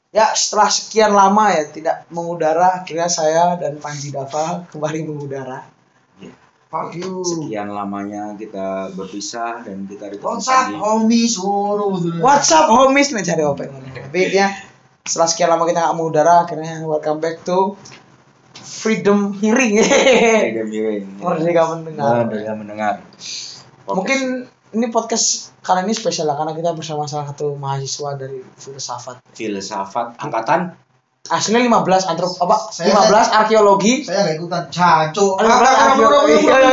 Ya setelah sekian lama ya tidak mengudara, akhirnya saya dan Panji Dava kembali mengudara. Fuck you. Sekian lamanya kita berpisah dan kita WhatsApp homies WhatsApp homies nih cari openg. Tapi ya setelah sekian lama kita nggak mengudara, akhirnya welcome back to Freedom Hearing. Freedom Hearing. Merdeka mendengar. Merdeka mendengar. Mungkin ini podcast kali ini spesial lah karena kita bersama salah satu mahasiswa dari filsafat. Filsafat angkatan Aslinya 15 Saya- 15 arkeologi. Saya nggak ikutan caco. 15 arkeologi.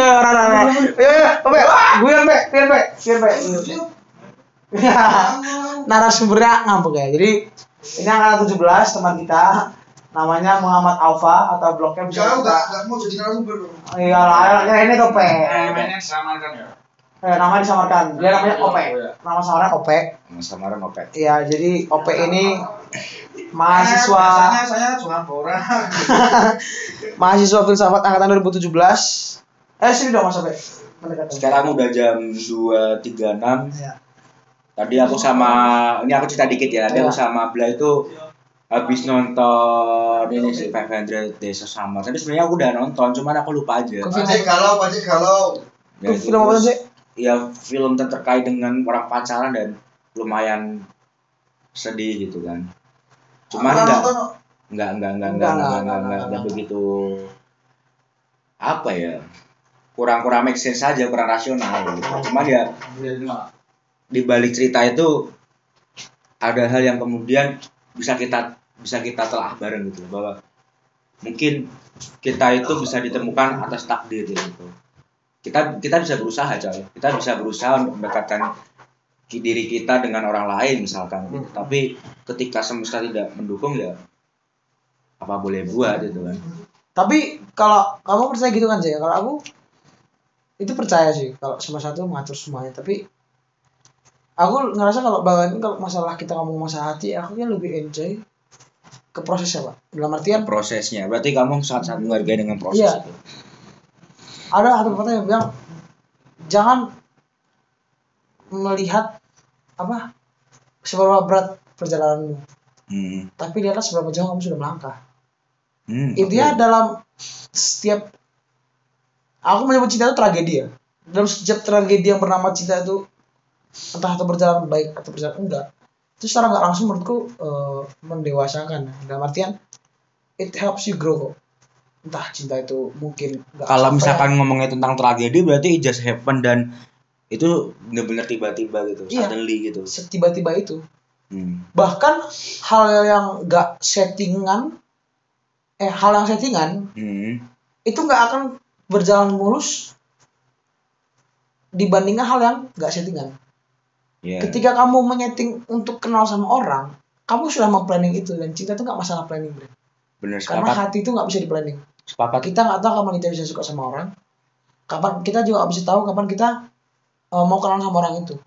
Narasumbernya ngambek ya. Jadi ini angkatan 17 teman kita namanya Muhammad Alfa atau blognya bisa Jauh kita. nggak mau jadi narasumber. Iya lah, ini Ope. Namanya disamakan ya. Nama disamarkan. Dia namanya Ope. Nama samaran Ope. samaran Opek. Iya, jadi Ope ini Biasanya mahasiswa saya borak. mahasiswa filsafat angkatan 2017. Sini dong Mas Ope. Mendekati. Sekarang udah jam 2.36. Ya. Tadi aku sama ini aku cerita dikit ya. Tadi aku sama Bla itu habis nonton ini sih 500 Days of Summer. Tapi sebenarnya aku udah nonton, cuman aku lupa aja. Pajak kalau. Ya, Itu film apa sih? Ya film terkait dengan orang pacaran dan lumayan sedih gitu kan. Cuman enggak begitu apa ya, kurang make sense saja, kurang rasional gitu. Cuman ya di balik cerita itu ada hal yang kemudian bisa kita telah bareng gitu, bahwa mungkin kita itu bisa ditemukan atas takdir gitu. Kita bisa berusaha coy, kita bisa berusaha untuk mendekatkan diri kita dengan orang lain misalkan gitu. Tapi ketika semesta tidak mendukung ya apa boleh buat gitu kan. Tapi kalau kamu percaya gitu kan sih, kalau aku itu percaya sih kalau semesta itu mengatur semuanya. Tapi aku ngerasa kalau masalah kita ngomong masalah hati, aku kan lebih enjoy ke prosesnya Pak. Dalam artian Prosesnya berarti kamu sangat menghargai dengan proses Iya. itu. ada satu kata yang bilang jangan melihat seberapa berat perjalananmu, tapi lihatlah seberapa jauh kamu sudah melangkah. Intinya dalam setiap aku menyebut cinta itu tragedi ya. Dalam setiap tragedi yang bernama cinta itu entah itu berjalan baik atau berjalan enggak, itu secara nggak langsung menurutku mendewasakan. Dalam artian it helps you grow kok. Entah cinta itu mungkin nggak Kalau sampai- misalkan ngomongnya tentang tragedi berarti it just happen dan itu benar-benar tiba-tiba gitu, Iya. suddenly gitu. setiba-tiba itu. Hmm. Bahkan hal yang nggak settingan, hal yang settingan itu nggak akan berjalan mulus dibandingkan hal yang nggak settingan. Yeah. Ketika kamu menyeting untuk kenal sama orang, kamu sudah memplanning itu, dan cinta itu nggak masalah planning, bro. Bener, Karena sepakat. hati itu nggak bisa diplanning. Sepakat. Kita nggak tahu kapan kita bisa suka sama orang, kapan kita juga nggak bisa tahu kapan kita mau kenal sama orang itu.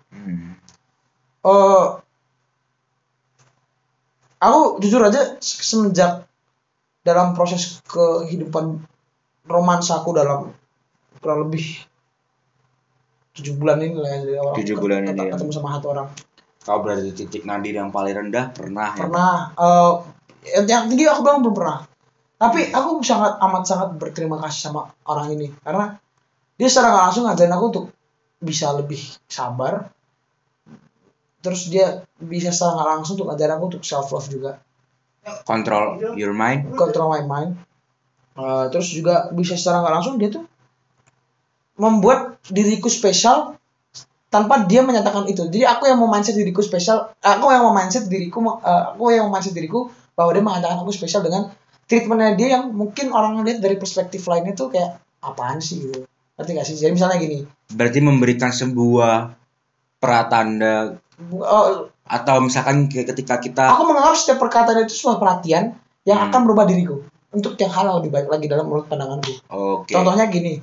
Aku jujur aja semenjak dalam proses kehidupan romansaku dalam kurang lebih 7 bulan ini lah ya, dari orang 7 bulan ini ya. ketemu sama satu orang. Kau berada di titik nadir yang paling rendah pernah ya? Pernah yang tinggi aku bilang belum pernah. Tapi aku sangat berterima kasih sama orang ini karena dia secara nggak langsung ngajarin aku untuk bisa lebih sabar. Terus dia bisa secara nggak langsung untuk ngajarin aku untuk self love juga. Control your mind. Control my mind. Terus juga bisa secara nggak langsung dia tuh membuat diriku spesial tanpa dia menyatakan itu. Jadi aku yang mau mindset diriku spesial, aku yang mau mindset diriku bahwa dia mengatakan aku spesial dengan treatmentnya dia yang mungkin orang lihat dari perspektif lainnya tuh kayak apaan sih gitu. Ngerti gak sih? Jadi misalnya gini. Berarti memberikan sebuah pratanda atau misalkan kayak ketika kita Aku menganggap setiap perkataan itu sebuah perhatian yang akan merubah diriku untuk yang hal yang lebih baik lagi dalam menurut pandanganku. Oke. Contohnya gini.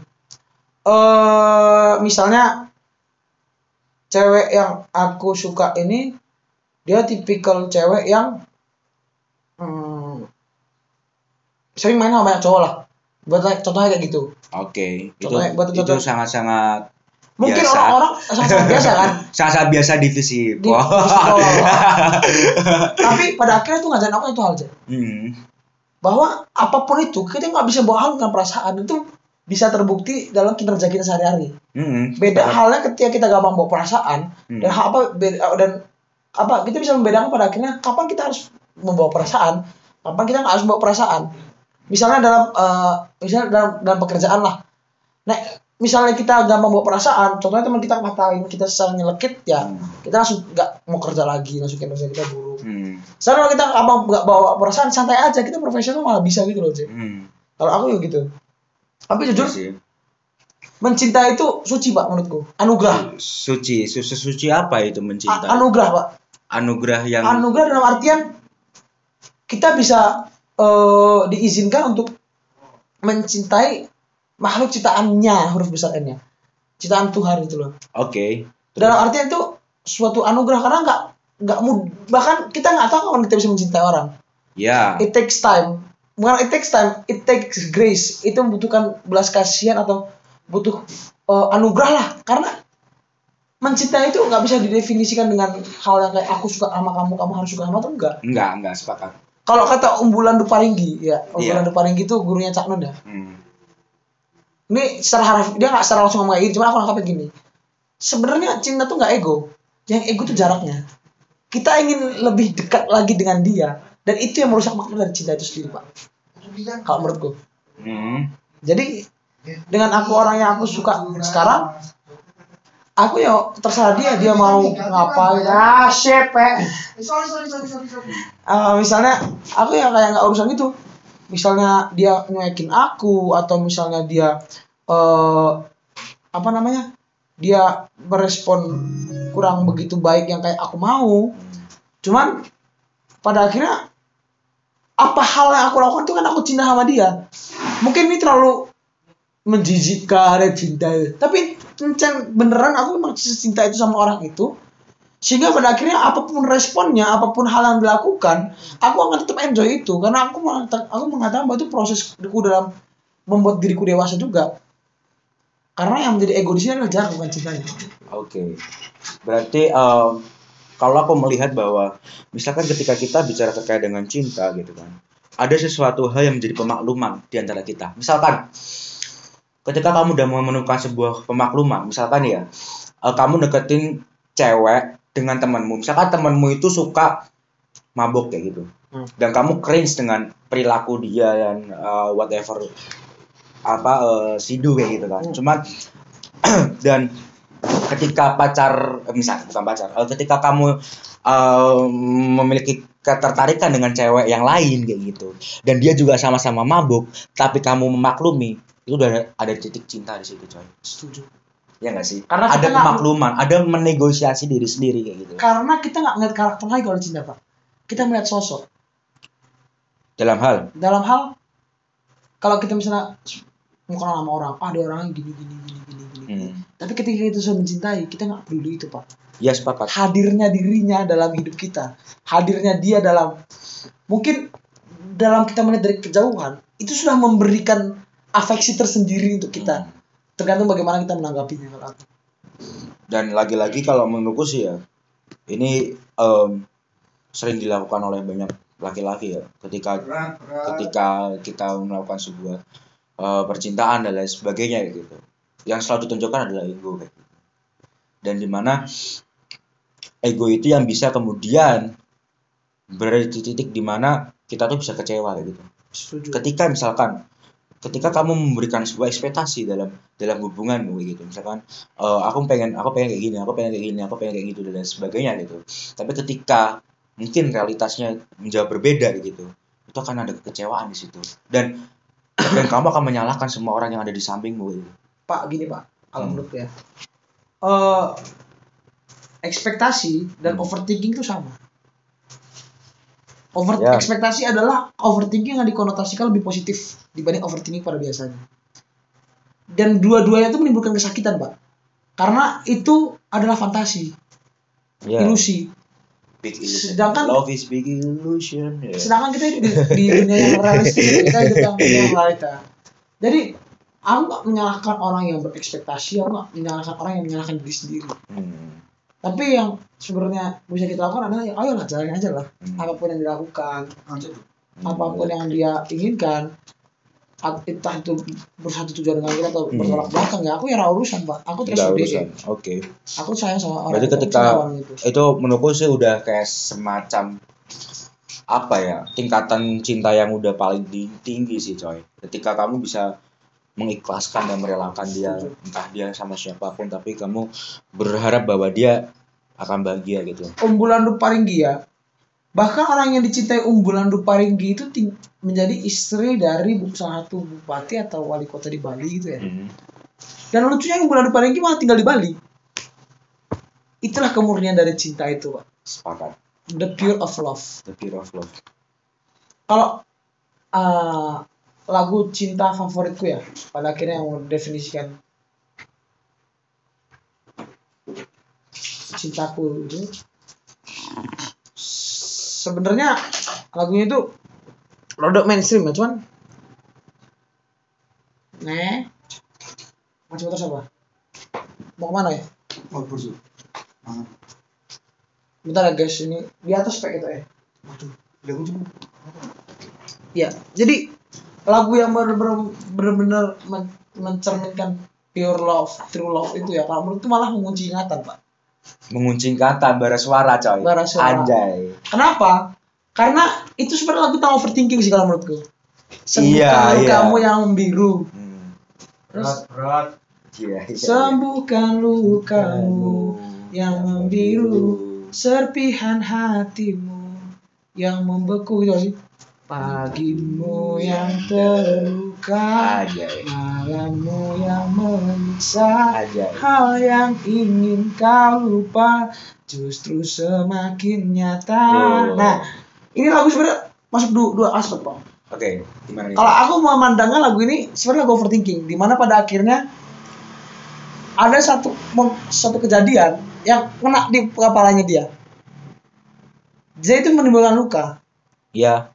Misalnya cewek yang aku suka ini dia tipikal cewek yang sering main sama banyak cowok lah. Contohnya kayak gitu. Oke. Contohnya, Itu sangat-sangat Mungkin Biasa. orang-orang sangat biasa kan. Sangat biasa divisi. Di Tapi pada akhirnya tuh ngajarin aku itu hal aja. Bahwa apapun itu kita nggak bisa bawa hal dengan perasaan, itu bisa terbukti dalam kinerja kita sehari-hari. Beda halnya ketika kita gampang bawa perasaan dan kita bisa membedakan pada akhirnya kapan kita harus membawa perasaan, kapan kita nggak harus membawa perasaan. Misalnya dalam pekerjaan lah. Nah, misalnya kita gampang bawa perasaan, contohnya teman kita ngatain kita secara nyelekit, ya kita langsung nggak mau kerja lagi, langsung kinerja kita buruk. Sekarang kalau kita nggak bawa perasaan, santai aja, kita profesional malah bisa gitu loh, Cik. Kalau aku ya gitu. Tapi jujur, mencintai itu suci, Pak, menurutku. Anugerah. Suci apa itu mencintai? Anugerah, Pak. Anugerah dalam artian kita bisa diizinkan untuk mencintai makhluk ciptaannya, huruf besar N-nya. Ciptaan Tuhan itu loh. Oke. Dalam artian itu suatu anugerah, karena nggak mudah, bahkan kita nggak tahu kapan kita bisa mencintai orang. Ya. It takes time. Bukan it takes time, it takes grace. Itu membutuhkan belas kasihan atau butuh anugerah lah. Karena mencintai itu nggak bisa didefinisikan dengan hal yang kayak aku suka sama kamu, kamu harus suka sama, atau enggak. Enggak sepakat. Kalau kata Umbulan Duparinggi, ya, Umbulan Duparinggi itu gurunya Cak Nun ya. Ini secara haraf, dia nggak secara langsung ngomong kayak gini, cuma aku nangkapnya gini. Sebenarnya cinta tuh nggak ego. Yang ego tuh jaraknya. Kita ingin lebih dekat lagi dengan dia, dan itu yang merusak makna dari cinta itu sendiri, Pak. Kalau menurutku. Jadi dengan aku orang yang aku suka sekarang, aku ya terserah dia mau ngapain. Shit, Pak. Sorry. Misalnya aku ya kayak nggak urusan itu. Misalnya dia nyuekin aku, atau misalnya dia dia merespon kurang begitu baik yang kayak aku mau. Cuman pada akhirnya apa hal yang aku lakukan itu kan aku cinta sama dia. Mungkin ini terlalu menjijikkan cinta, tapi beneran aku memang cinta itu sama orang itu, sehingga pada akhirnya apapun responnya, apapun hal yang dilakukan, aku akan tetap enjoy itu, karena aku mengatakan bahwa itu prosesku dalam membuat diriku dewasa juga. Karena yang menjadi ego di sini adalah jarak, bukan cintanya. Oke. Berarti kalau aku melihat bahwa misalkan ketika kita bicara terkait dengan cinta gitu kan, ada sesuatu hal yang menjadi pemakluman di antara kita. Misalkan ketika kamu udah menemukan sebuah pemakluman, misalkan ya, kamu deketin cewek dengan temanmu, misalkan temanmu itu suka mabok kayak gitu, dan kamu cringe dengan perilaku dia dan whatever sidu kayak gitu kan. Cuman dan ketika ketika kamu memiliki ketertarikan dengan cewek yang lain kayak gitu, dan dia juga sama-sama mabuk, tapi kamu memaklumi, itu udah ada titik cinta di situ, coy. Setuju. Ya nggak sih? Karena ada pemakluman, ada menegosiasi diri sendiri kayak gitu. Karena kita nggak ngeliat karakter lagi kalau cinta, Pak. Kita melihat sosok. Dalam hal kalau kita misalnya mau kenal sama orang, dia orangnya gini. Tapi ketika kita sudah mencintai, kita nggak peduli itu, Pak. Ya, sepakat. Hadirnya dirinya dalam hidup kita, hadirnya dia mungkin dalam kita melihat dari kejauhan, itu sudah memberikan afeksi tersendiri untuk kita. Tergantung bagaimana kita menanggapinya. Dan lagi-lagi kalau menurutku sih ya, ini sering dilakukan oleh banyak laki-laki ya, ketika kita melakukan sebuah percintaan dan lain sebagainya gitu. Yang selalu ditunjukkan adalah ego kayak gitu. Dan dimana ego itu yang bisa kemudian berada di titik dimana kita tuh bisa kecewa kayak gitu. Setuju. Ketika kamu memberikan sebuah ekspektasi dalam hubunganmu gitu, misalkan aku pengen kayak gini, aku pengen kayak gitu dan lain sebagainya gitu. Tapi ketika mungkin realitasnya menjauh berbeda gitu, itu akan ada kekecewaan di situ, dan kamu akan menyalahkan semua orang yang ada di sampingmu gitu. Pak, gini Pak, kalau menurut ya, ekspektasi dan overthinking itu sama. Ekspektasi adalah overthinking yang dikonotasikan lebih positif dibanding overthinking pada biasanya. Dan dua-duanya itu menimbulkan kesakitan, Pak. Karena itu adalah fantasi, ilusi. Big illusion. Sedangkan love is big illusion. Sedangkan kita hidup di dunia yang realistis, kita hidup dalam dunia yang realita. Jadi aku nggak menyalahkan orang yang berekspektasi, aku nggak menyalahkan orang yang menyalahkan diri sendiri. Tapi yang sebenarnya bisa kita lakukan adalah ya ayolah jalanin aja lah. Apapun yang dilakukan, apapun yang dia inginkan, entah itu bersatu tujuan dengan kita atau bertolak belakang, ya aku ya urusan Pak. Aku terus urusan. Oke. Aku sayang sama orang. Berarti ketika itu menurutku sih udah kayak semacam apa ya, tingkatan cinta yang udah paling tinggi sih coy. Ketika kamu bisa mengikhlaskan dan merelakan dia, entah dia sama siapapun, tapi kamu berharap bahwa dia akan bahagia gitu. Umbulan Duparinggi ya, bahkan orang yang dicintai Umbulan Duparinggi itu menjadi istri dari salah satu bupati atau wali kota di Bali gitu ya. Dan lucunya Umbulan Duparinggi malah tinggal di Bali. Itulah kemurnian dari cinta itu Pak. Sepakat. The pure of love. The pure of love. Kalau lagu cinta favoritku ya, pada akhirnya yang mendefinisikan cintaku itu, sebenarnya lagunya itu rodok mainstream ya, cuman macam terus apa? Mau kemana ya? Oh, busuk. Bentar ya guys, ini di atas spek itu ya. Waduh, lagu cuma. Ya, jadi lagu yang benar-benar mencerminkan pure love, true love itu ya, kalau menurut itu malah mengunci ingatan Pak. Mengunci ingatan, bara suara coy. Bara suara. Anjay. Kenapa? Karena itu sebenarnya lagu tentang overthinking sih kalau menurutku. Iya. Kamu yang membiru. Terus Berat. Iya. sembuhkan lukamu yang membiru, serpihan hatimu yang membeku, gitu sih. Pagimu yang terluka, malammu yang menyiksa, hal yang ingin kau lupa justru semakin nyata. Nah, ini lagu sebenarnya masuk dua aspek Pak. Oke, gimana nih? Kalau aku memandangnya lagu ini sebenarnya lagu overthinking, di mana pada akhirnya ada satu kejadian yang kena di kepalanya dia. Jadi itu menimbulkan luka. Iya.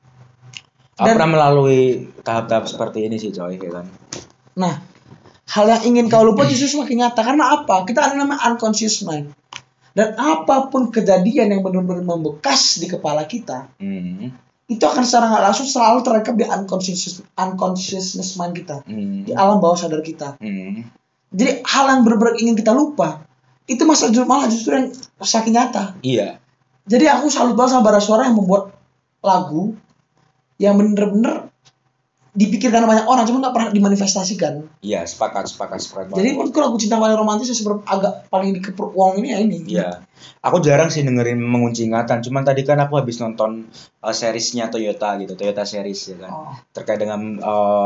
Aku pernah melalui tahap-tahap seperti ini sih coy, ya kan. Nah, hal yang ingin kau lupa justru semakin nyata. Karena apa? Kita ada namanya unconscious mind. Dan apapun kejadian yang benar-benar membekas di kepala kita, itu akan secara nggak langsung selalu terekam di unconsciousness mind kita, di alam bawah sadar kita. Jadi hal yang benar-benar ingin kita lupa, itu malah justru yang saking nyata. Iya. Jadi aku salut banget sama Bara Suara yang membuat lagu yang bener-bener dipikirkan banyak orang, cuma nggak pernah dimanifestasikan. Iya, sepakat. Jadi menurutku lagu cinta paling romantis yang agak paling dikepruk uang ini ya ini. Iya. Aku jarang sih dengerin mengunci ingatan. Cuman tadi kan aku habis nonton seriesnya Toyota gitu, Toyota series ya kan. Terkait dengan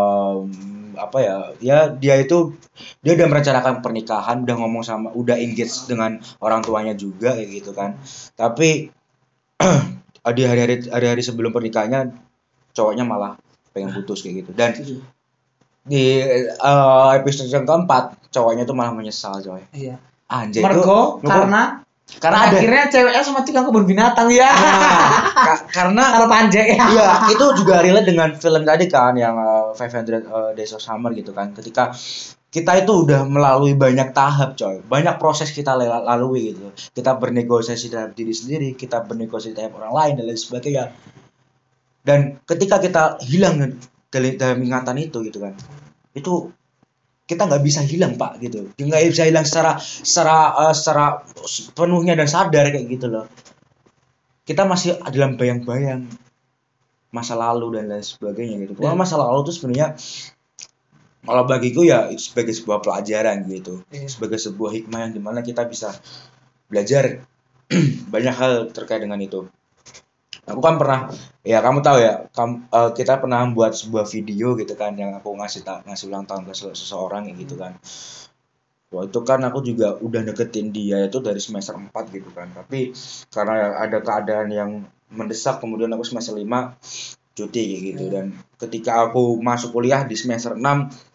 apa ya? Ya dia udah merencanakan pernikahan, udah engage dengan orang tuanya juga kayak gitu kan. Tapi di hari-hari sebelum pernikahannya cowoknya malah pengen putus kayak gitu. Dan di episode yang keempat cowoknya tuh malah menyesal coy. Iya. Anjay. Mergo karena akhirnya ceweknya sama tukang kebun binatang ya. Karena panjang ya. Iya, itu juga relate dengan film tadi kan yang 500 Days of Summer gitu kan. Ketika kita itu udah melalui banyak tahap coy, banyak proses kita lalui gitu. Kita bernegosiasi terhadap diri sendiri, kita bernegosiasi terhadap orang lain dan lain sebagainya. Dan ketika kita hilang dalam ingatan itu gitu kan, itu kita nggak bisa hilang Pak gitu, nggak bisa hilang secara penuhnya dan sadar kayak gitu loh. Kita masih dalam bayang-bayang masa lalu dan lain sebagainya gitu. Karena masa lalu itu sebenarnya kalau bagiku ya itu sebagai sebuah pelajaran gitu, sebagai sebuah hikmah yang dimana kita bisa belajar banyak hal terkait dengan itu. Aku kan pernah, ya kamu tahu ya, kita pernah buat sebuah video gitu kan yang aku ngasih ulang tahun ke seseorang gitu kan. Waktu itu kan aku juga udah deketin dia itu dari semester 4 gitu kan. Tapi karena ada keadaan yang mendesak, kemudian aku semester 5 cuti gitu. Dan ketika aku masuk kuliah di semester 6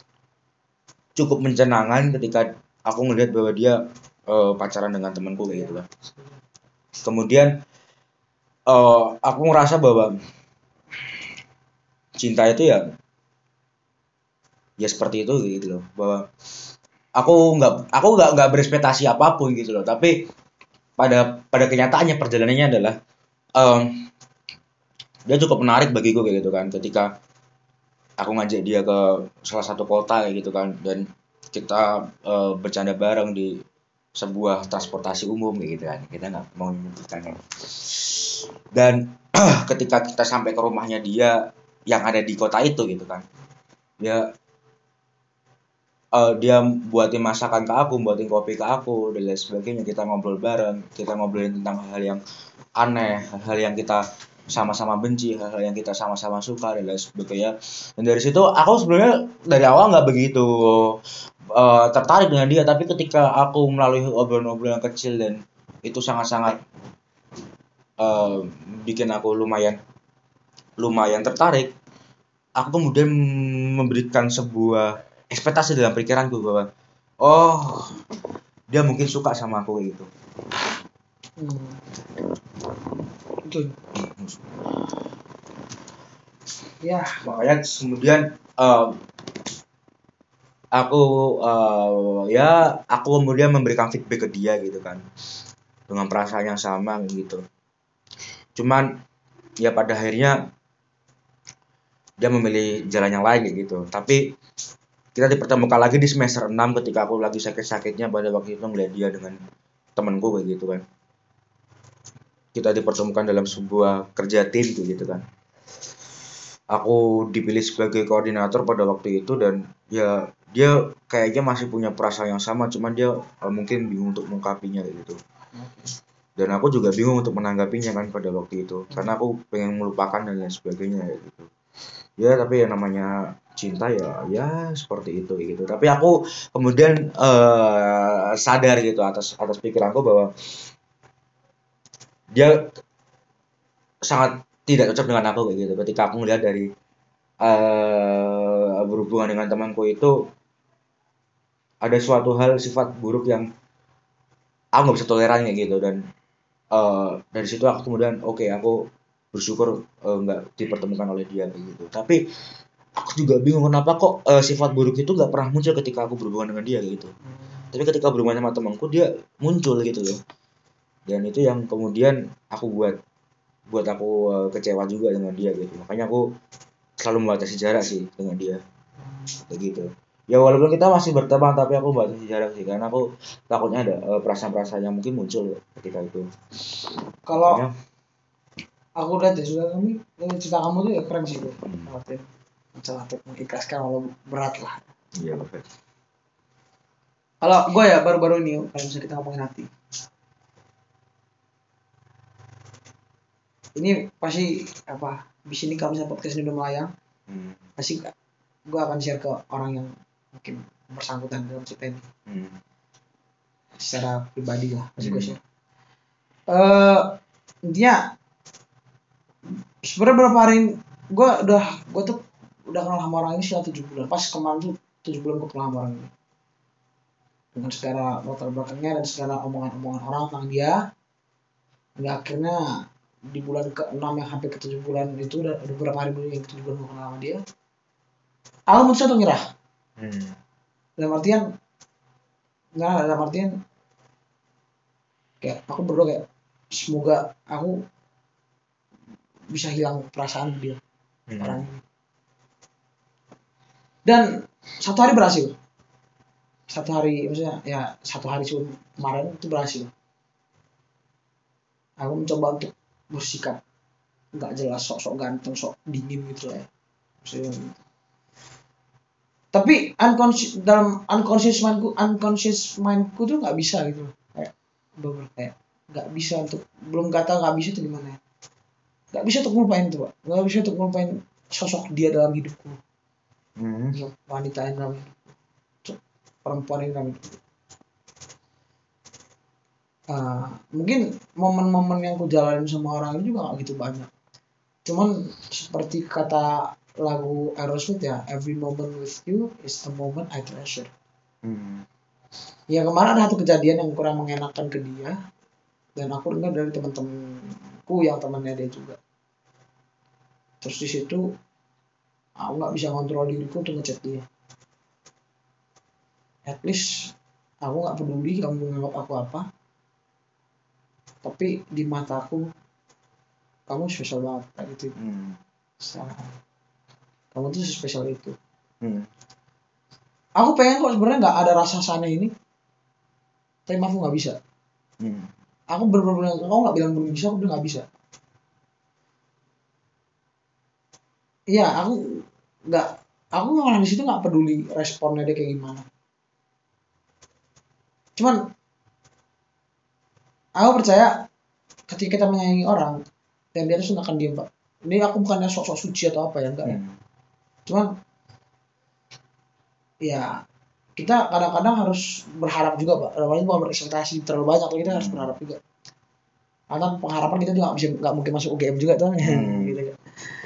cukup menyenangkan ketika aku ngelihat bahwa dia pacaran dengan temanku kayak gitu lah. Kemudian aku ngerasa bahwa cinta itu ya seperti itu gitu loh, bahwa aku nggak berekspektasi apapun gitu loh, tapi pada kenyataannya perjalanannya adalah dia cukup menarik bagiku kayak gitu kan, ketika aku ngajak dia ke salah satu kota kayak gitu kan, dan kita bercanda bareng di sebuah transportasi umum kayak gitu kan, kita nggak mau menyebutkannya. Dan ketika kita sampai ke rumahnya dia yang ada di kota itu gitu kan, dia buatin masakan ke aku, buatin kopi ke aku dan lain sebagainya, kita ngobrol bareng, kita ngobrolin tentang hal-hal yang aneh, hal-hal yang kita sama-sama benci, hal-hal yang kita sama-sama suka dan lain sebagainya. Dan dari situ aku sebenarnya dari awal nggak begitu tertarik dengan dia, tapi ketika aku melalui obrolan-obrolan kecil dan itu sangat-sangat bikin aku lumayan tertarik, aku kemudian memberikan sebuah ekspektasi dalam pikiranku bahwa oh, dia mungkin suka sama aku gitu. Betul. Ya, makanya kemudian aku kemudian memberikan feedback ke dia gitu kan, dengan perasaan yang sama gitu. Cuman ya pada akhirnya dia memilih jalan yang lain gitu. Tapi kita dipertemukan lagi di semester 6 ketika aku lagi sakit-sakitnya pada waktu itu, ngeliat dia dengan temanku kayak gitu kan. Kita dipertemukan dalam sebuah kerja tim gitu kan. Aku dipilih sebagai koordinator pada waktu itu, dan ya dia kayaknya masih punya perasaan yang sama, cuman dia mungkin bingung untuk mengungkapinya gitu. Dan aku juga bingung untuk menanggapinya kan pada waktu itu, karena aku pengen melupakan dan lain sebagainya gitu. Ya tapi yang namanya cinta ya seperti itu gitu. Tapi aku kemudian sadar gitu atas pikiranku bahwa dia sangat tidak cocok dengan aku kayak gitu. Ketika aku melihat dari berhubungan dengan temanku itu ada suatu hal sifat buruk yang aku nggak bisa toleran kayak gitu. Dan dari situ aku kemudian aku bersyukur nggak dipertemukan oleh dia kayak gitu. Tapi aku juga bingung kenapa kok sifat buruk itu nggak pernah muncul ketika aku berhubungan dengan dia gitu. Tapi ketika berhubungan sama temanku dia muncul gitu loh. Dan itu yang kemudian aku buat aku kecewa juga dengan dia gitu. Makanya aku selalu membatasi jarak sih dengan dia kayak gitu. Ya walaupun kita masih berteman, tapi aku batasi jarak sih, karena aku takutnya ada perasaan-perasaan yang mungkin muncul ketika itu. Kalau aku lihat ya sudah, cerita kamu tuh ya keren sih tuh. Masalah mengikhlaskan walau berat lah. Iya betul. Kalau gue ya baru-baru ini kalau bisa kita ngomongin hati. Ini pasti di sini kalau misalnya podcast ini udah melayang, pasti gue akan share ke orang yang mungkin bersangkutan dalam cerita ini. Secara pribadi lah pasti gue share. Intinya sebenarnya beberapa hari gue tuh udah kenal sama orang ini setelah 7 bulan. Pas kemarin tuh 7 bulan gue kenal sama orang ini, dengan segala latar belakangnya dan segala omongan-omongan orang tentang dia. Hingga akhirnya di bulan ke-6 yang hampir ke-7 bulan itu udah beberapa hari dulu yang ke-7 bulan gue kenal sama dia, aku mutusin untuk nyerah. Dalam artian kayak aku berdoa kayak semoga aku bisa hilang perasaan dia orang ini. Dan satu hari berhasil. Maksudnya ya satu hari sebelum kemarin itu berhasil. Aku mencoba untuk bersikap nggak jelas, sok-sok ganteng, sok dingin gitu lah ya. Maksudnya gitu. Tapi dalam unconscious mindku tuh nggak bisa gitu, kayak nggak bisa untuk nggak bisa tuh gimana ya, nggak bisa untuk ngelupain tuh, Pak. Nggak bisa untuk ngelupain sosok dia dalam hidupku, wanita yang dalam hidupku, perempuan yang dalam hidupku. Mungkin momen-momen yang ku jalanin sama orang ini juga gak gitu banyak. Cuman seperti kata lagu Aerosmith ya, every moment with you is a moment I treasure. Ya kemarin ada satu kejadian yang kurang mengenakan ke dia, dan aku dengar dari teman-temanku yang temannya dia juga. Terus di situ aku nggak bisa kontrol diriku untuk ngechat dia. at least aku nggak peduli kamu menganggap aku apa, tapi di mataku kamu spesial banget kayak gitu. Kamu tuh spesial itu. Aku pengen kok sebenarnya nggak ada rasa sana ini, tapi aku nggak bisa. Aku bener-bener kamu nggak bilang belum bisa, aku bilang nggak bisa. Iya, aku malah di situ nggak peduli responnya dia kayak gimana. Cuman aku percaya ketika kita menyayangi orang dan dia tuh akan diem, Pak. Ini aku bukannya sok-sok suci atau apa ya, enggak ya. Cuman ya kita kadang-kadang harus berharap juga, Pak. Namanya bukan berekspektasi terlalu banyak, kita harus berharap juga. Karena pengharapan kita juga nggak mungkin masuk UGM juga tuh. Gitu kan.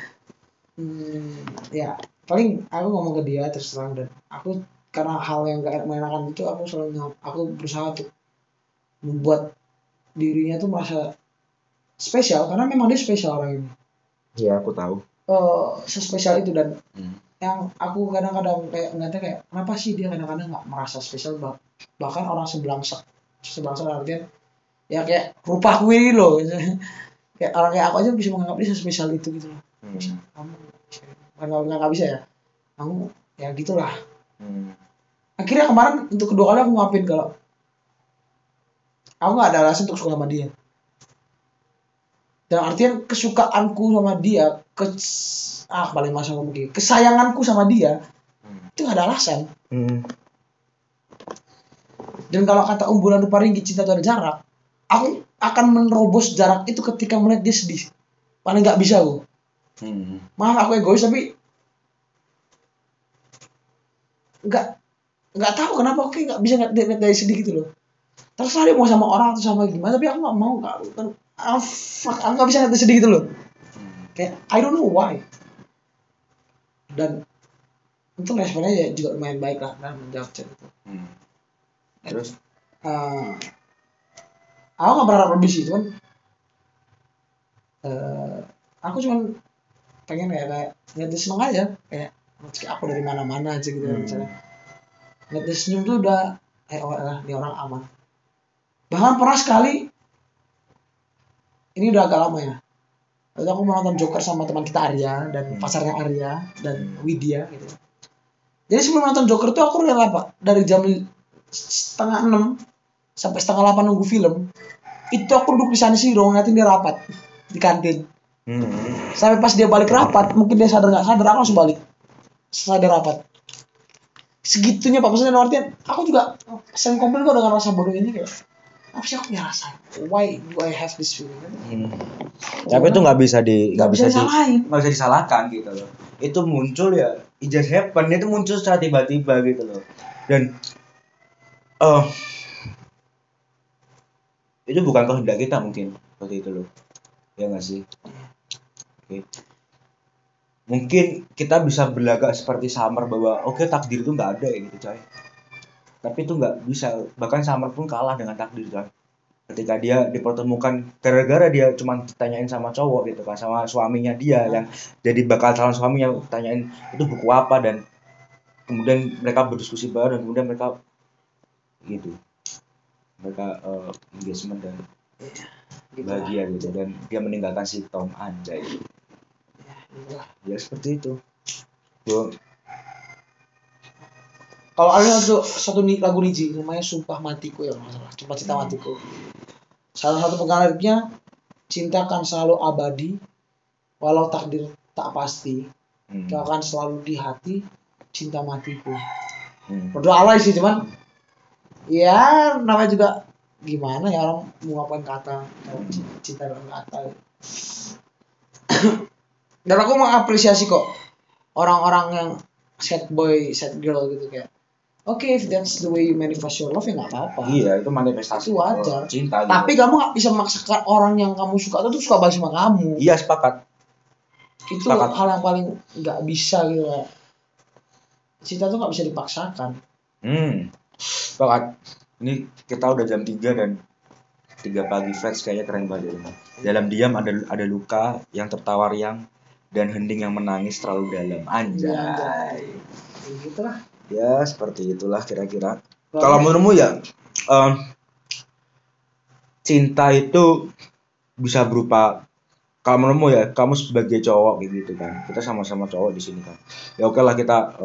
Ya paling aku ngomong ke dia terus terang, dan aku karena hal yang gak menyenangkan itu aku berusaha untuk membuat dirinya tuh merasa spesial, karena memang dia spesial orang ini. Iya, aku tahu. Sespesial itu, dan yang aku kadang-kadang kayak ngeliatnya kayak kenapa sih dia kadang-kadang nggak merasa spesial, bahkan orang sebelangsa artian ya kayak rupaku ini loh, kayak orang kayak aku aja bisa menganggap dia spesial itu gitu loh. Kamu nggak bisa ya, kamu ya gitulah. Akhirnya kemarin untuk kedua kali aku ngapain kalau aku nggak ada alasan untuk suka sama dia, dan artian kesukaanku sama dia paling masalah mungkin kesayanganku sama dia itu gak ada alasan. Dan kalau kata umbulan rupa ringgi, cinta itu ada jarak, aku akan menerobos jarak itu ketika melihat dia sedih. Paling nggak bisa aku. Maaf aku egois, tapi nggak tahu kenapa aku nggak bisa ngeliat dia sedih gitu loh. Terserah dia mau sama orang atau sama gimana, tapi aku nggak mau, aku nggak bisa ngeliat dia sedih gitu loh. Kayak I don't know why. Dan untuk responnya ya juga lumayan baik lah dalam menjawab chat itu. Terus aku nggak berharap lebih sih, cuman aku cuman pengen kayak ngeliat dia seneng aja, kayak aku dari mana-mana aja gitu. Misalnya ngeliat dia senyum tuh udah ini orang aman. Bahkan pernah sekali, ini udah agak lama ya, lalu aku mau nonton Joker sama teman kita Arya dan pacarnya Arya dan Widya gitu. Jadi sebelum nonton Joker tuh aku rela, Pak, dari jam 5:30 sampai 7:30 nunggu film. Itu aku duduk di San Siro ngeliatin dia rapat di kantin. Sampai pas dia balik rapat, mungkin dia sadar nggak sadar, aku langsung balik setelah dia rapat. Segitunya, Pak, maksudnya artian aku juga sering komplain kok dengan rasa bodoh ini, kayak apa sih aku punya rasa, why do I have this feeling? Tapi itu nggak bisa disalahkan gitu loh. Itu muncul ya, it just happen, itu muncul secara tiba-tiba gitu loh. Dan itu bukan kehendak kita mungkin seperti itu loh, ya nggak sih? Okay. Mungkin kita bisa berlagak seperti Summer bahwa takdir itu nggak ada ya gitu, coy. Tapi itu nggak bisa, bahkan Summer pun kalah dengan takdir, coy. Ketika dia dipertemukan gara-gara dia cuma ditanyain sama cowok gitu kan, sama suaminya dia yang jadi bakal calon suaminya, tanyain itu buku apa, dan kemudian mereka berdiskusi bareng, dan kemudian mereka engagement dan bahagia gitu, dan dia meninggalkan si Tom, anjay. Ya seperti itu. Kalau ada satu lagu Niji namanya Sumpah Matiku ya, masalah Sumpah Cinta Matiku. Salah satu pengarangnya, cinta akan selalu abadi walau takdir tak pasti. Kau akan selalu di hati, cinta matiku. Berdoa alay sih, cuman ya namanya juga gimana ya, orang mau ngapain kata cinta dalam kata. Dan aku mengapresiasi kok orang-orang yang sad boy, sad girl gitu, kayak if that's the way you manifest your love ya nggak apa-apa. Iya, itu manifestasi. Itu wajar. Cinta. Tapi gitu. Kamu nggak bisa memaksakan orang yang kamu suka itu suka balik sama kamu. Iya, sepakat. Itu hal yang paling nggak bisa gitu. Cinta tuh nggak bisa dipaksakan. Sepakat. Ini kita udah jam 3 dan 3 pagi, Flex kayaknya keren banget. Dalam diam ada luka yang tertawa riang dan hening yang menangis terlalu dalam. Anjay. Gitulah. Ya, seperti itulah kira-kira. Kalau menurutmu ya cinta itu bisa berupa, kalau menurutmu ya, kamu sebagai cowok gitu kan, kita sama-sama cowok di sini kan, ya oke lah kita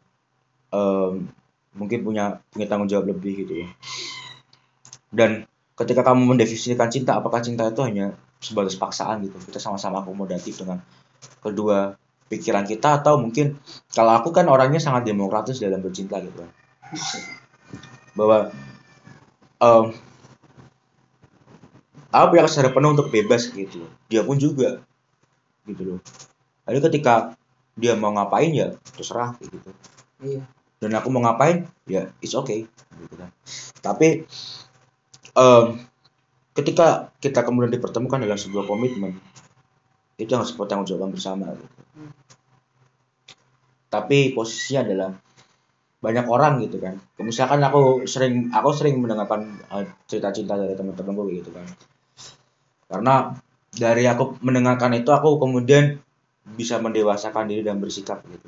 mungkin punya tanggung jawab lebih gitu ya. Dan ketika kamu mendefinisikan cinta, apakah cinta itu hanya sebatas paksaan gitu, kita sama-sama akomodatif dengan kedua pikiran kita, atau mungkin kalau aku kan orangnya sangat demokratis dalam bercinta gitu kan, bahwa aku punya kesadaran penuh untuk bebas gitu, dia pun juga gitu loh. Jadi ketika dia mau ngapain ya terserah gitu. Iya. Dan aku mau ngapain ya it's okay gitu kan. Tapi ketika kita kemudian dipertemukan dalam sebuah komitmen, itu harus bertanggung jawab bersama gitu. Tapi posisinya adalah banyak orang gitu kan. Misalkan aku sering mendengarkan cerita cinta dari teman-temanku gitu kan. Karena dari aku mendengarkan itu, aku kemudian bisa mendewasakan diri dan bersikap gitu.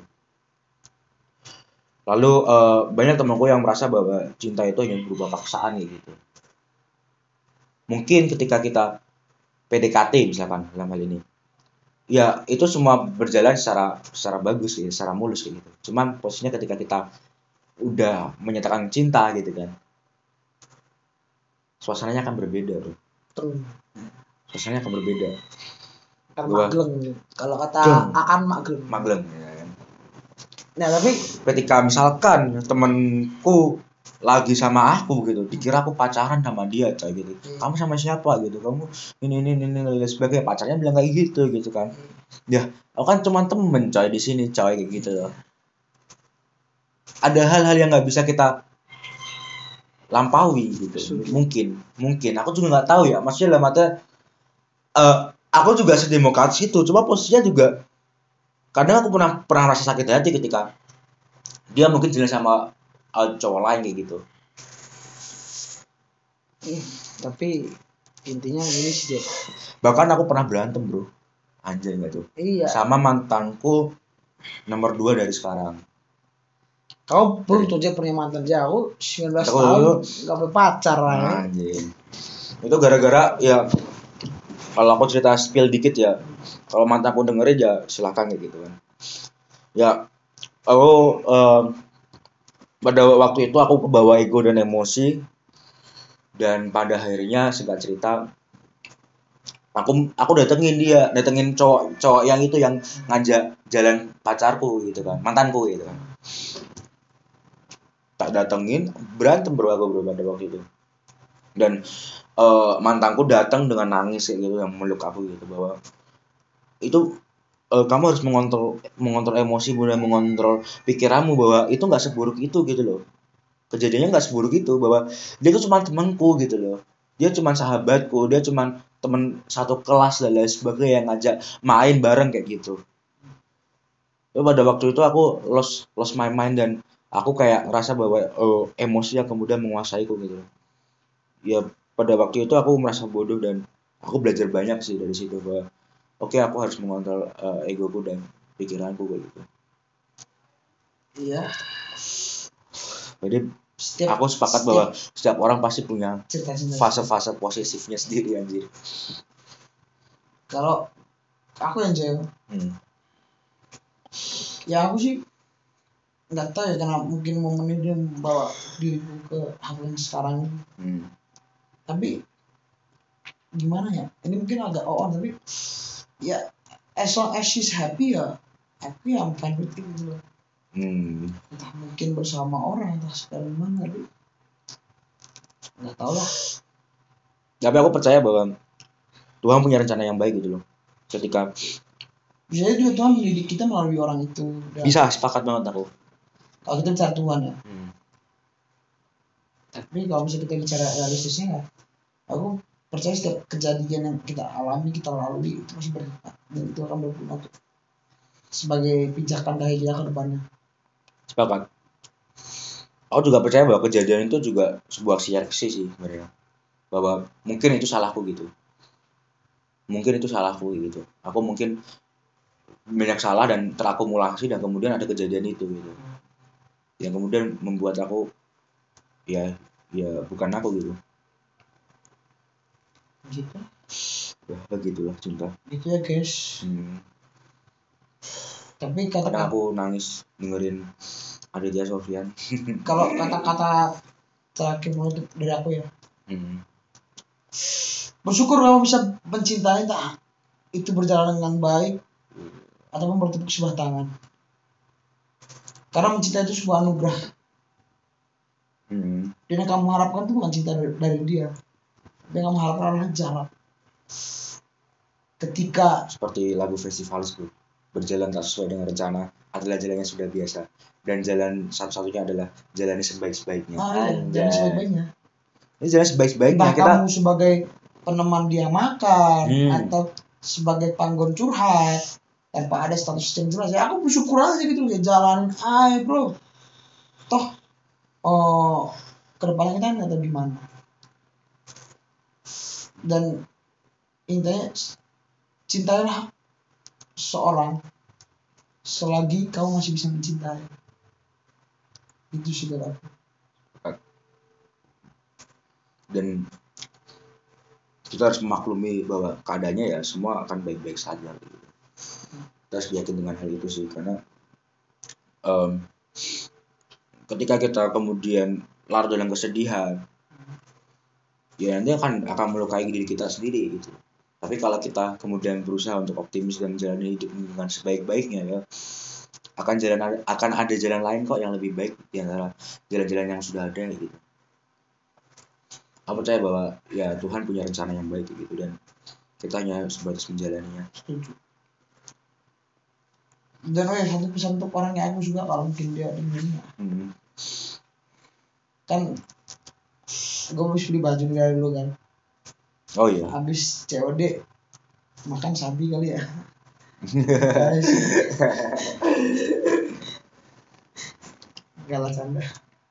Lalu banyak temanku yang merasa bahwa cinta itu hanya berupa paksaan gitu. Mungkin ketika kita PDKT misalkan dalam hal ini, ya itu semua berjalan secara bagus ya, secara mulus gitu. Cuman posisinya ketika kita udah menyatakan cinta gitu kan, suasananya akan berbeda bro. Suasananya akan berbeda. Kan magleng. Kalau kata Aan magleng. Ya kan? Nah tapi ketika misalkan temenku lagi sama aku gitu, dikira aku pacaran sama dia coy gitu. Kamu sama siapa gitu, kamu ini sebagai pacarnya bilang kayak gitu kan. Ya aku kan cuma temen coy di sini coy kayak gitu loh. Ada hal-hal yang nggak bisa kita lampaui gitu. Mungkin aku juga nggak tahu ya, maksudnya dalam artian aku juga sedemokratis itu, cuma posisinya juga kadang aku pernah rasa sakit hati ketika dia mungkin jelas sama cowok lain kayak gitu. Tapi intinya gini sih, bahkan aku pernah berantem bro, anjay nggak tuh? Iya. Sama mantanku nomor 2 dari sekarang. Kau belum tuh punya mantan jauh 19 tahun nggak berpacar lah ya. Anjay. Itu gara-gara ya, kalau aku cerita spill dikit ya, kalau mantanku dengerin ya silahkan kayak gitu kan. Ya aku pada waktu itu aku kebawa ego dan emosi, dan pada akhirnya singkat cerita aku datengin cowok yang itu yang ngajak jalan pacarku gitu kan, mantanku gitu kan. Tak datengin, berantem bro aku pada waktu itu. Dan mantanku datang dengan nangis kayak gitu, yang meluk aku gitu, bahwa itu kamu harus mengontrol emosi dan mengontrol pikiranmu, bahwa itu nggak seburuk itu gitu loh. Kejadiannya nggak seburuk itu, bahwa dia tuh cuma temanku gitu loh, dia cuma sahabatku, dia cuma teman satu kelas dan lain sebagainya yang ngajak main bareng kayak gitu. Pada waktu itu aku lost my mind, dan aku kayak ngerasa bahwa emosi yang kemudian menguasaiku gitu. Ya pada waktu itu aku merasa bodoh, dan aku belajar banyak sih dari situ, bahwa oke, aku harus mengontrol egoku dan pikiranku kayak gitu. Iya. Jadi aku sepakat bahwa setiap orang pasti punya fase-fase posesifnya sendiri anjir. Kalau aku yang cewek, ya aku sih nggak tahu ya, karena mungkin momen ini dia membawa diriku ke hal yang sekarang ini. Tapi gimana ya, ini mungkin agak on, tapi ya as long as she's happy ya happy, I'm fine with it gitu. Entah mungkin bersama orang, entah segala mana, tapi nggak tahu lah. Tapi aku percaya bahwa Tuhan punya rencana yang baik gitu loh. Ketika bisa juga Tuhan mendidik kita melalui orang itu. Bisa, sepakat banget aku. Kalau kita bicara Tuhan ya. Tapi kalau misalnya kita bicara realistisnya ya, aku percaya setiap kejadian yang kita alami, kita lalui itu masih bermanfaat, dan itu akan berguna sebagai pijakan dari kita ke depannya. Sepakat. Aku juga percaya bahwa kejadian itu juga sebuah seleksi sih sebenarnya. Bahwa mungkin itu salahku gitu. Aku mungkin banyak salah dan terakumulasi, dan kemudian ada kejadian itu gitu. Yang kemudian membuat aku ya bukan aku gitu. Gitu. Ya begitulah cinta. Gitu ya guys. Tapi kadang aku nangis dengerin Aditya Sofyan. Kalau kata-kata terakhir menutup dari aku ya, bersyukur kamu bisa mencintai, tak itu berjalan dengan baik ataupun bertepuk sebelah tangan, karena mencintai itu sebuah anugerah. Dan yang kamu harapkan itu bukan cinta dari dia, yang kamu harapkan adalah jarak. Ketika seperti lagu Festivalis bro, berjalan tak sesuai dengan rencana adalah jalan yang sudah biasa, dan jalan satu-satunya adalah jalannya sebaik-baiknya. Jalan sebaik-baiknya. Ini jalan sebaik-baiknya. Entah kita kamu sebagai peneman dia makan atau sebagai panggon curhat tanpa ada status yang jelas, ya aku bersyukur aja gitu ya, jalanin aja bro. Toh kedepannya kita nggak tahu gimana. Dan intinya cintailah seorang selagi kamu masih bisa mencintai. Itu sih dari aku. Dan kita harus memaklumi bahwa keadaannya ya semua akan baik-baik saja gitu. Kita harus yakin dengan hal itu sih, karena ketika kita kemudian larut dalam kesedihan, ya nanti akan melukai diri kita sendiri gitu. Tapi kalau kita kemudian berusaha untuk optimis dan menjalani hidup dengan sebaik-baiknya, ya akan ada jalan lain kok yang lebih baik di antara jalan-jalan yang sudah ada gitu. Aku percaya bahwa ya Tuhan punya rencana yang baik gitu, dan kita hanya sebatas menjalaninya. Setuju. Dan satu pesan untuk orang yang aku juga, kalau mungkin dia dengerin kan, gue harus beli baju dari dulu kan. Oh iya. Habis COD makan sapi kali ya. Gak lah, canda.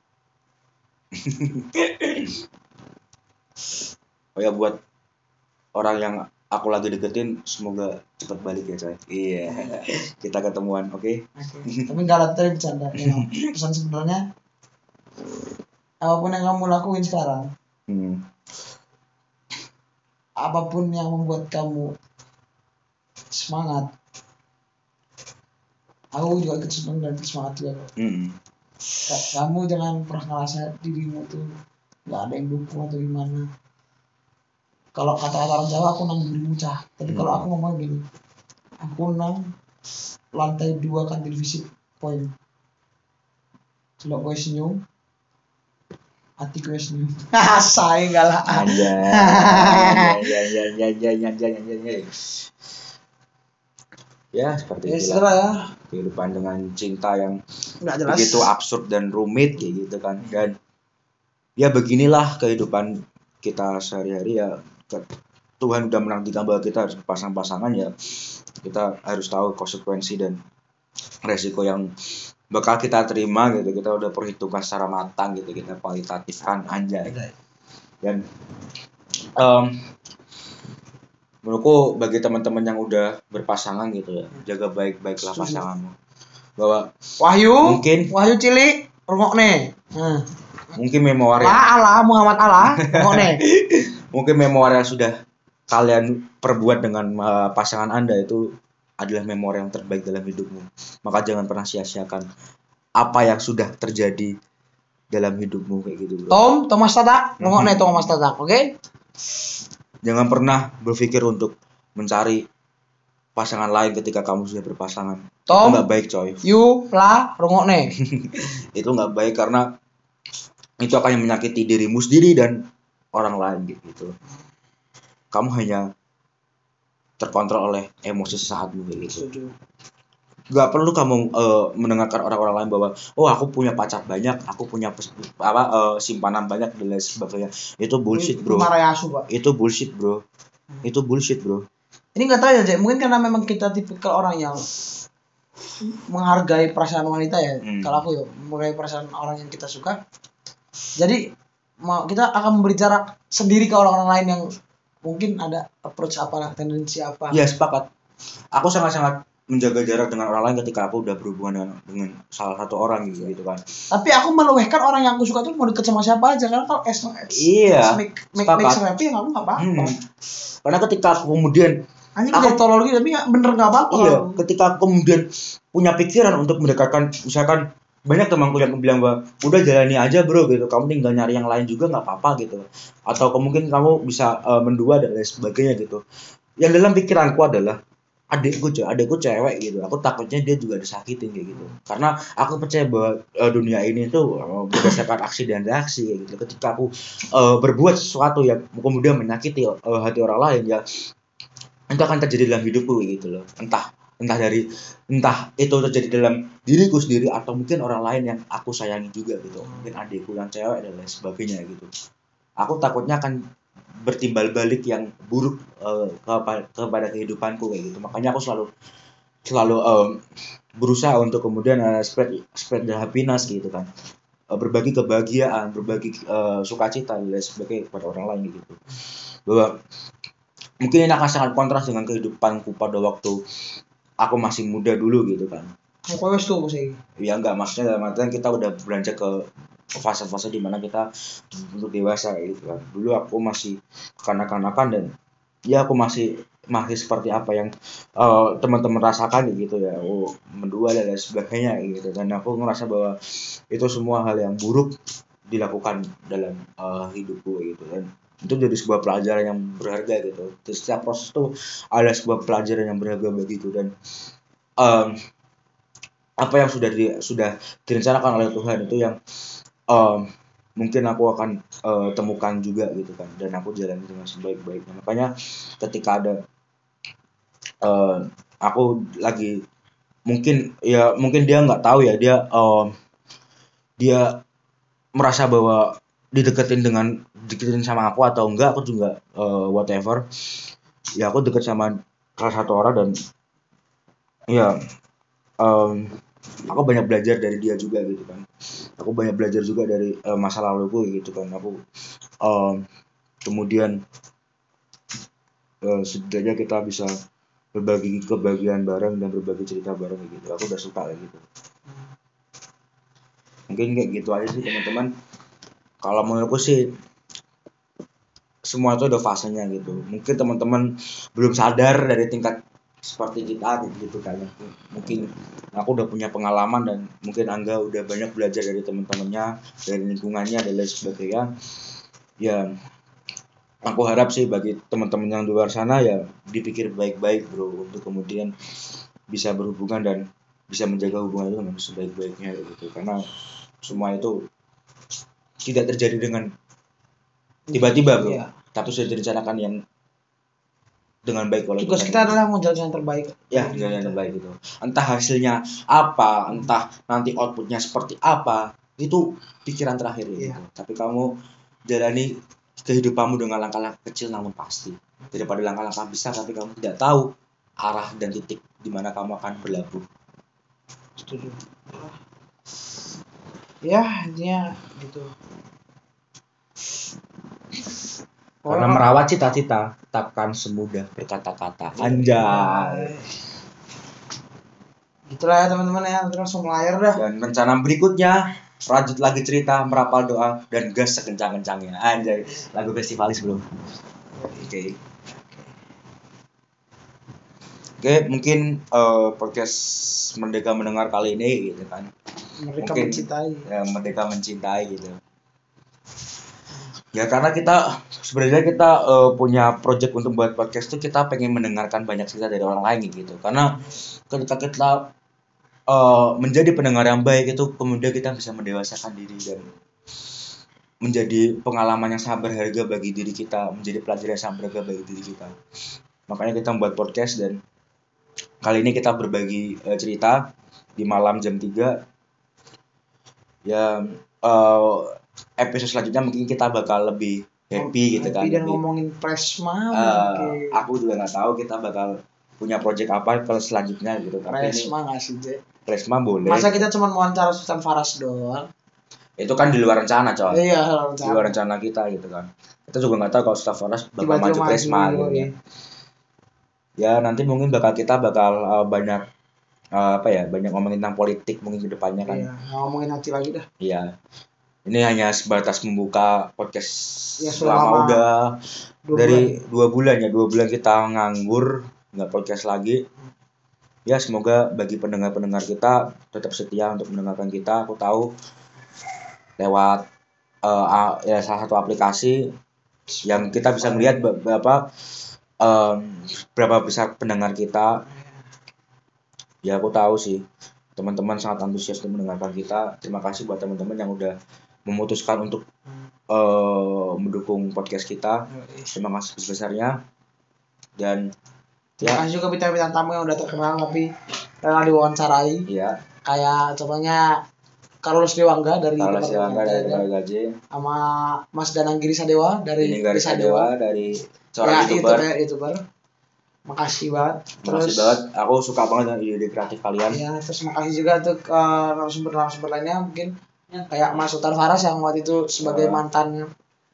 Oh ya, buat orang yang aku lagi deketin, semoga cepat balik ya coy. Iya. Kita ketemuan, oke? Tapi gak ada tadi bercanda. Ya, pesan sebenarnya, apapun yang kamu lakuin sekarang, apapun yang membuat kamu semangat, aku juga ikut senang dan semangat juga. Kamu jangan pernah ngerasa dirimu tuh gak ada yang dukung atau gimana. Kalau kata-kata orang Jawa, aku nang dirimu cah. Tapi kalau aku ngomong gini, aku nang lantai 2 kantin Visip Point. Coba gue senyum, hati gue senyum. Say gak lah. Ya seperti itu lah. Kehidupan dengan cinta yang begitu absurd dan rumit kayak gitu kan. Dan ya beginilah kehidupan kita sehari-hari ya. Tuhan udah menantikan bahwa kita harus pasang-pasangan, ya kita harus tahu konsekuensi dan resiko yang bakal kita terima gitu. Kita udah perhitungkan secara matang gitu, kita kualitatifkan anjay. Dan menurutku bagi teman-teman yang udah berpasangan gitu ya, jaga baik-baiklah pasanganmu. Bahwa Wahyu cilik rungokne. Mungkin memori Muhammad Allah rungokne. Mungkin memori yang sudah kalian perbuat dengan pasangan Anda itu adalah memori yang terbaik dalam hidupmu. Maka jangan pernah sia-siakan apa yang sudah terjadi dalam hidupmu kayak gitu, bro. Thomas Tatak, ngomongnya Thomas Tatak, oke? Jangan pernah berpikir untuk mencari pasangan lain ketika kamu sudah berpasangan. Itu nggak baik, coy. Rungokne. Itu nggak baik, karena itu akan menyakiti dirimu sendiri dan orang lain gitu. Kamu hanya terkontrol oleh emosi sesaatmu gitu. Gak perlu kamu mendengarkan orang-orang lain bahwa aku punya pacar banyak, aku punya simpanan banyak dan lain sebagainya. Itu bullshit, bro. Itu bullshit, bro. Itu bullshit, bro. Ini nggak tahu ya, mungkin karena memang kita tipikal orang yang menghargai perasaan wanita ya. Kalau aku ya menghargai perasaan orang yang kita suka. Jadi kita akan memberi jarak sendiri ke orang-orang lain yang mungkin ada approach apa, tendensi apa. Ya sepakat. Aku sangat-sangat menjaga jarak dengan orang lain ketika aku udah berhubungan dengan salah satu orang gitu kan. Tapi aku melewehkan orang yang aku suka tuh mau deket sama siapa aja, karena kalau make happy ya aku nggak apa-apa. Karena ketika aku kemudian aku tolol gitu, tapi bener nggak apa-apa. Iya, ketika aku kemudian punya pikiran untuk mendekatkan, misalkan banyak temanku yang bilang bahwa udah jalani aja bro gitu, kamu tinggal nyari yang lain juga nggak apa-apa gitu, atau mungkin kamu bisa mendua dan lain sebagainya gitu. Yang dalam pikiranku adalah adikku cewek gitu, aku takutnya dia juga disakitin kayak gitu, karena aku percaya bahwa dunia ini tuh berdasarkan aksi dan reaksi kayak gitu. Ketika aku berbuat sesuatu yang kemudian menyakiti hati orang lain, ya itu akan terjadi dalam hidupku gitu loh, entah itu terjadi dalam diriku sendiri atau mungkin orang lain yang aku sayangi juga gitu, mungkin adikku yang cewek dan lain sebagainya gitu. Aku takutnya akan bertimbal balik yang buruk kepada kehidupanku kayak gitu. Makanya aku selalu berusaha untuk kemudian spread the happiness gitu kan, berbagi kebahagiaan, berbagi sukacita dan sebagainya kepada orang lain gitu. Bahwa mungkin ini akan sangat kontras dengan kehidupanku pada waktu aku masih muda dulu gitu kan. Aku wes tuh sih. Ya enggak, maksudnya dalam artian kita udah beranjak ke fase-fase di mana kita untuk dewasa gitu kan. Dulu aku masih kanak-kanakan dan ya aku masih seperti apa yang teman-teman rasakan gitu ya, mendua dan lain sebagainya gitu. Dan aku ngerasa bahwa itu semua hal yang buruk dilakukan dalam hidupku gitu kan. Itu jadi sebuah pelajaran yang berharga gitu. Terus setiap proses itu ada sebuah pelajaran yang berharga begitu. Dan apa yang sudah direncanakan oleh Tuhan itu yang mungkin aku akan temukan juga gitu kan, dan aku jalani dengan sebaik-baiknya. Makanya ketika ada aku lagi mungkin dia nggak tahu ya, dia merasa bahwa dideketin sama aku atau enggak, aku juga whatever ya, aku deket sama salah satu orang dan ya aku banyak belajar dari dia juga gitu kan. Aku banyak belajar juga dari masa laluku gitu kan. Aku kemudian setidaknya kita bisa berbagi kebahagiaan bareng dan berbagi cerita bareng gitu. Aku udah suka kayak gitu. Mungkin kayak gitu aja sih teman-teman. Kalau menurutku sih semua itu ada fasenya gitu. Mungkin teman-teman belum sadar dari tingkat seperti kita gitu kan. Mungkin aku udah punya pengalaman dan mungkin Angga udah banyak belajar dari teman-temannya, dari lingkungannya dan lain sebagainya. Ya aku harap sih bagi teman-teman yang di luar sana ya dipikir baik-baik bro, untuk kemudian bisa berhubungan dan bisa menjaga hubungan itu dengan sebaik-baiknya gitu. Karena semua itu tidak terjadi dengan tiba-tiba bro, tapi sudah direncanakan yang dengan baik. Kalau tugas kita adalah menjalani yang terbaik. Ya, menjalani yang terbaik gitu. Entah hasilnya apa, entah nanti outputnya seperti apa, itu pikiran terakhir gitu. Tapi kamu jalani kehidupanmu dengan langkah-langkah kecil namun pasti, daripada langkah-langkah besar tapi kamu tidak tahu arah dan titik di mana kamu akan berlabuh. Setuju. Ya, intinya gitu. Karena merawat cita-cita takkan semudah berkata-kata. Anjay. Gitulah ya teman-teman ya, langsung layar dah. Dan rencana berikutnya lanjut lagi cerita, merapal doa dan gas sekencang-kencangnya. Anjay, lagu festivalis bro. Oke, mungkin podcast Merdeka Mendengar kali ini gitu kan. Merdeka mencintai gitu. Ya karena sebenarnya kita punya project untuk buat podcast itu, kita pengen mendengarkan banyak cerita dari orang lain gitu. Karena ketika kita menjadi pendengar yang baik itu, kemudian kita bisa mendewasakan diri dan menjadi pengalaman yang sangat berharga bagi diri kita, menjadi pelajaran yang sangat berharga bagi diri kita. Makanya kita membuat podcast dan kali ini kita berbagi cerita di malam jam 3. Ya episode selanjutnya mungkin kita bakal lebih happy gitu kan. Dan ngomongin plasma. Aku juga nggak tahu kita bakal punya project apa kalau selanjutnya gitu. Plasma nggak sih, Plasma boleh. Masa kita cuma wawancara Sultan Faras doang? Itu kan di luar rencana coy. Iya, di luar rencana kita gitu kan. Kita juga nggak tahu kalau Sultan Faras bakal maju Plasma gitu ya. Ya nanti mungkin kita bakal banyak banyak ngomongin tentang politik mungkin ke depannya kan. Iya, ngomongin nanti lagi dah. Iya. Ini hanya sebatas membuka podcast Ya, selama udah 2 bulan ya. 2 bulan kita nganggur, nggak podcast lagi. Ya semoga bagi pendengar-pendengar kita tetap setia untuk mendengarkan kita. Aku tahu lewat salah satu aplikasi yang kita bisa melihat berapa besar pendengar kita. Ya aku tahu sih teman-teman sangat antusias untuk mendengarkan kita. Terima kasih buat teman-teman yang udah memutuskan untuk mendukung podcast kita. Terima kasih sebesarnya. Dan terima kasih juga bintang-bintang tamu yang udah terkenal tapi rela diwawancarai. Iya. Kayak contohnya Carlos Dewangga dari Gaji, sama Mas Danang Giri Sadewa dari Sadewa dari seorang YouTuber. Makasih banget. Aku suka banget dengan ide kreatif kalian. Iya, terus makasih juga untuk narasumber lainnya mungkin kayak Mas Sultan Faras yang waktu itu sebagai mantan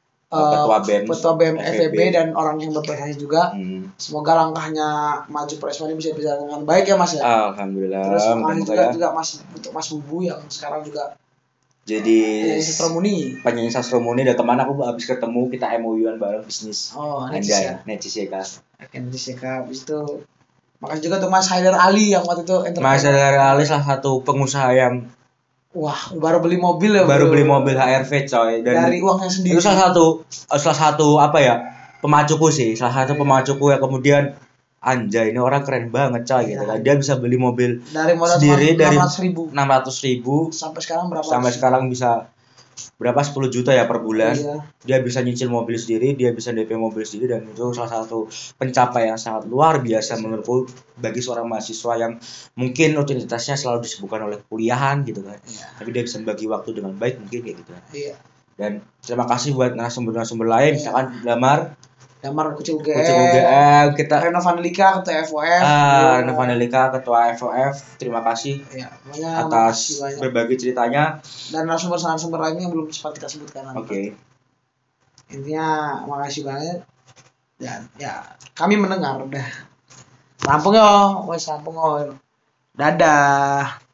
ketua BEM FEB dan orang yang berprestasi juga. Semoga langkahnya maju Presma ini bisa berjalan dengan baik ya Mas ya. Alhamdulillah. Terus makasih juga Mas untuk Mas Bubu yang sekarang juga jadi penyanyi sastromuni dan kemana aku habis ketemu kita MOU-an bareng bisnis. Necis ya kak. Habis itu makasih juga untuk Mas Haidar Ali yang waktu itu Mas Haidar Ali salah satu pengusaha yang baru beli mobil HRV coy dan dari uangnya sendiri. Itu salah satu pemacuku sih, yang kemudian anjay ini orang keren banget coy gitu kan. Dia bisa beli mobil dari modal sendiri dari 600.000 sampai sekarang bisa berapa 10 juta ya per bulan. Iya. Dia bisa nyicil mobil sendiri, dia bisa DP mobil sendiri, dan itu salah satu pencapaian yang sangat luar biasa menurutku bagi seorang mahasiswa yang mungkin rutinitasnya selalu disibukkan oleh kuliahan gitu kan. Iya. Tapi dia bisa membagi waktu dengan baik mungkin kayak gitu. Iya. Dan terima kasih buat narasumber lain, misalkan Damar Kucing UGM, kita Reno Vanelika ketua FOF. Reno Vanelika ketua FOF. Terima kasih atas berbagi ceritanya dan narasumber lainnya yang belum sempat kita sebutkan. Oke. Intinya makasih banget. Dan ya kami mendengar udah. Rampung yo. Dadah.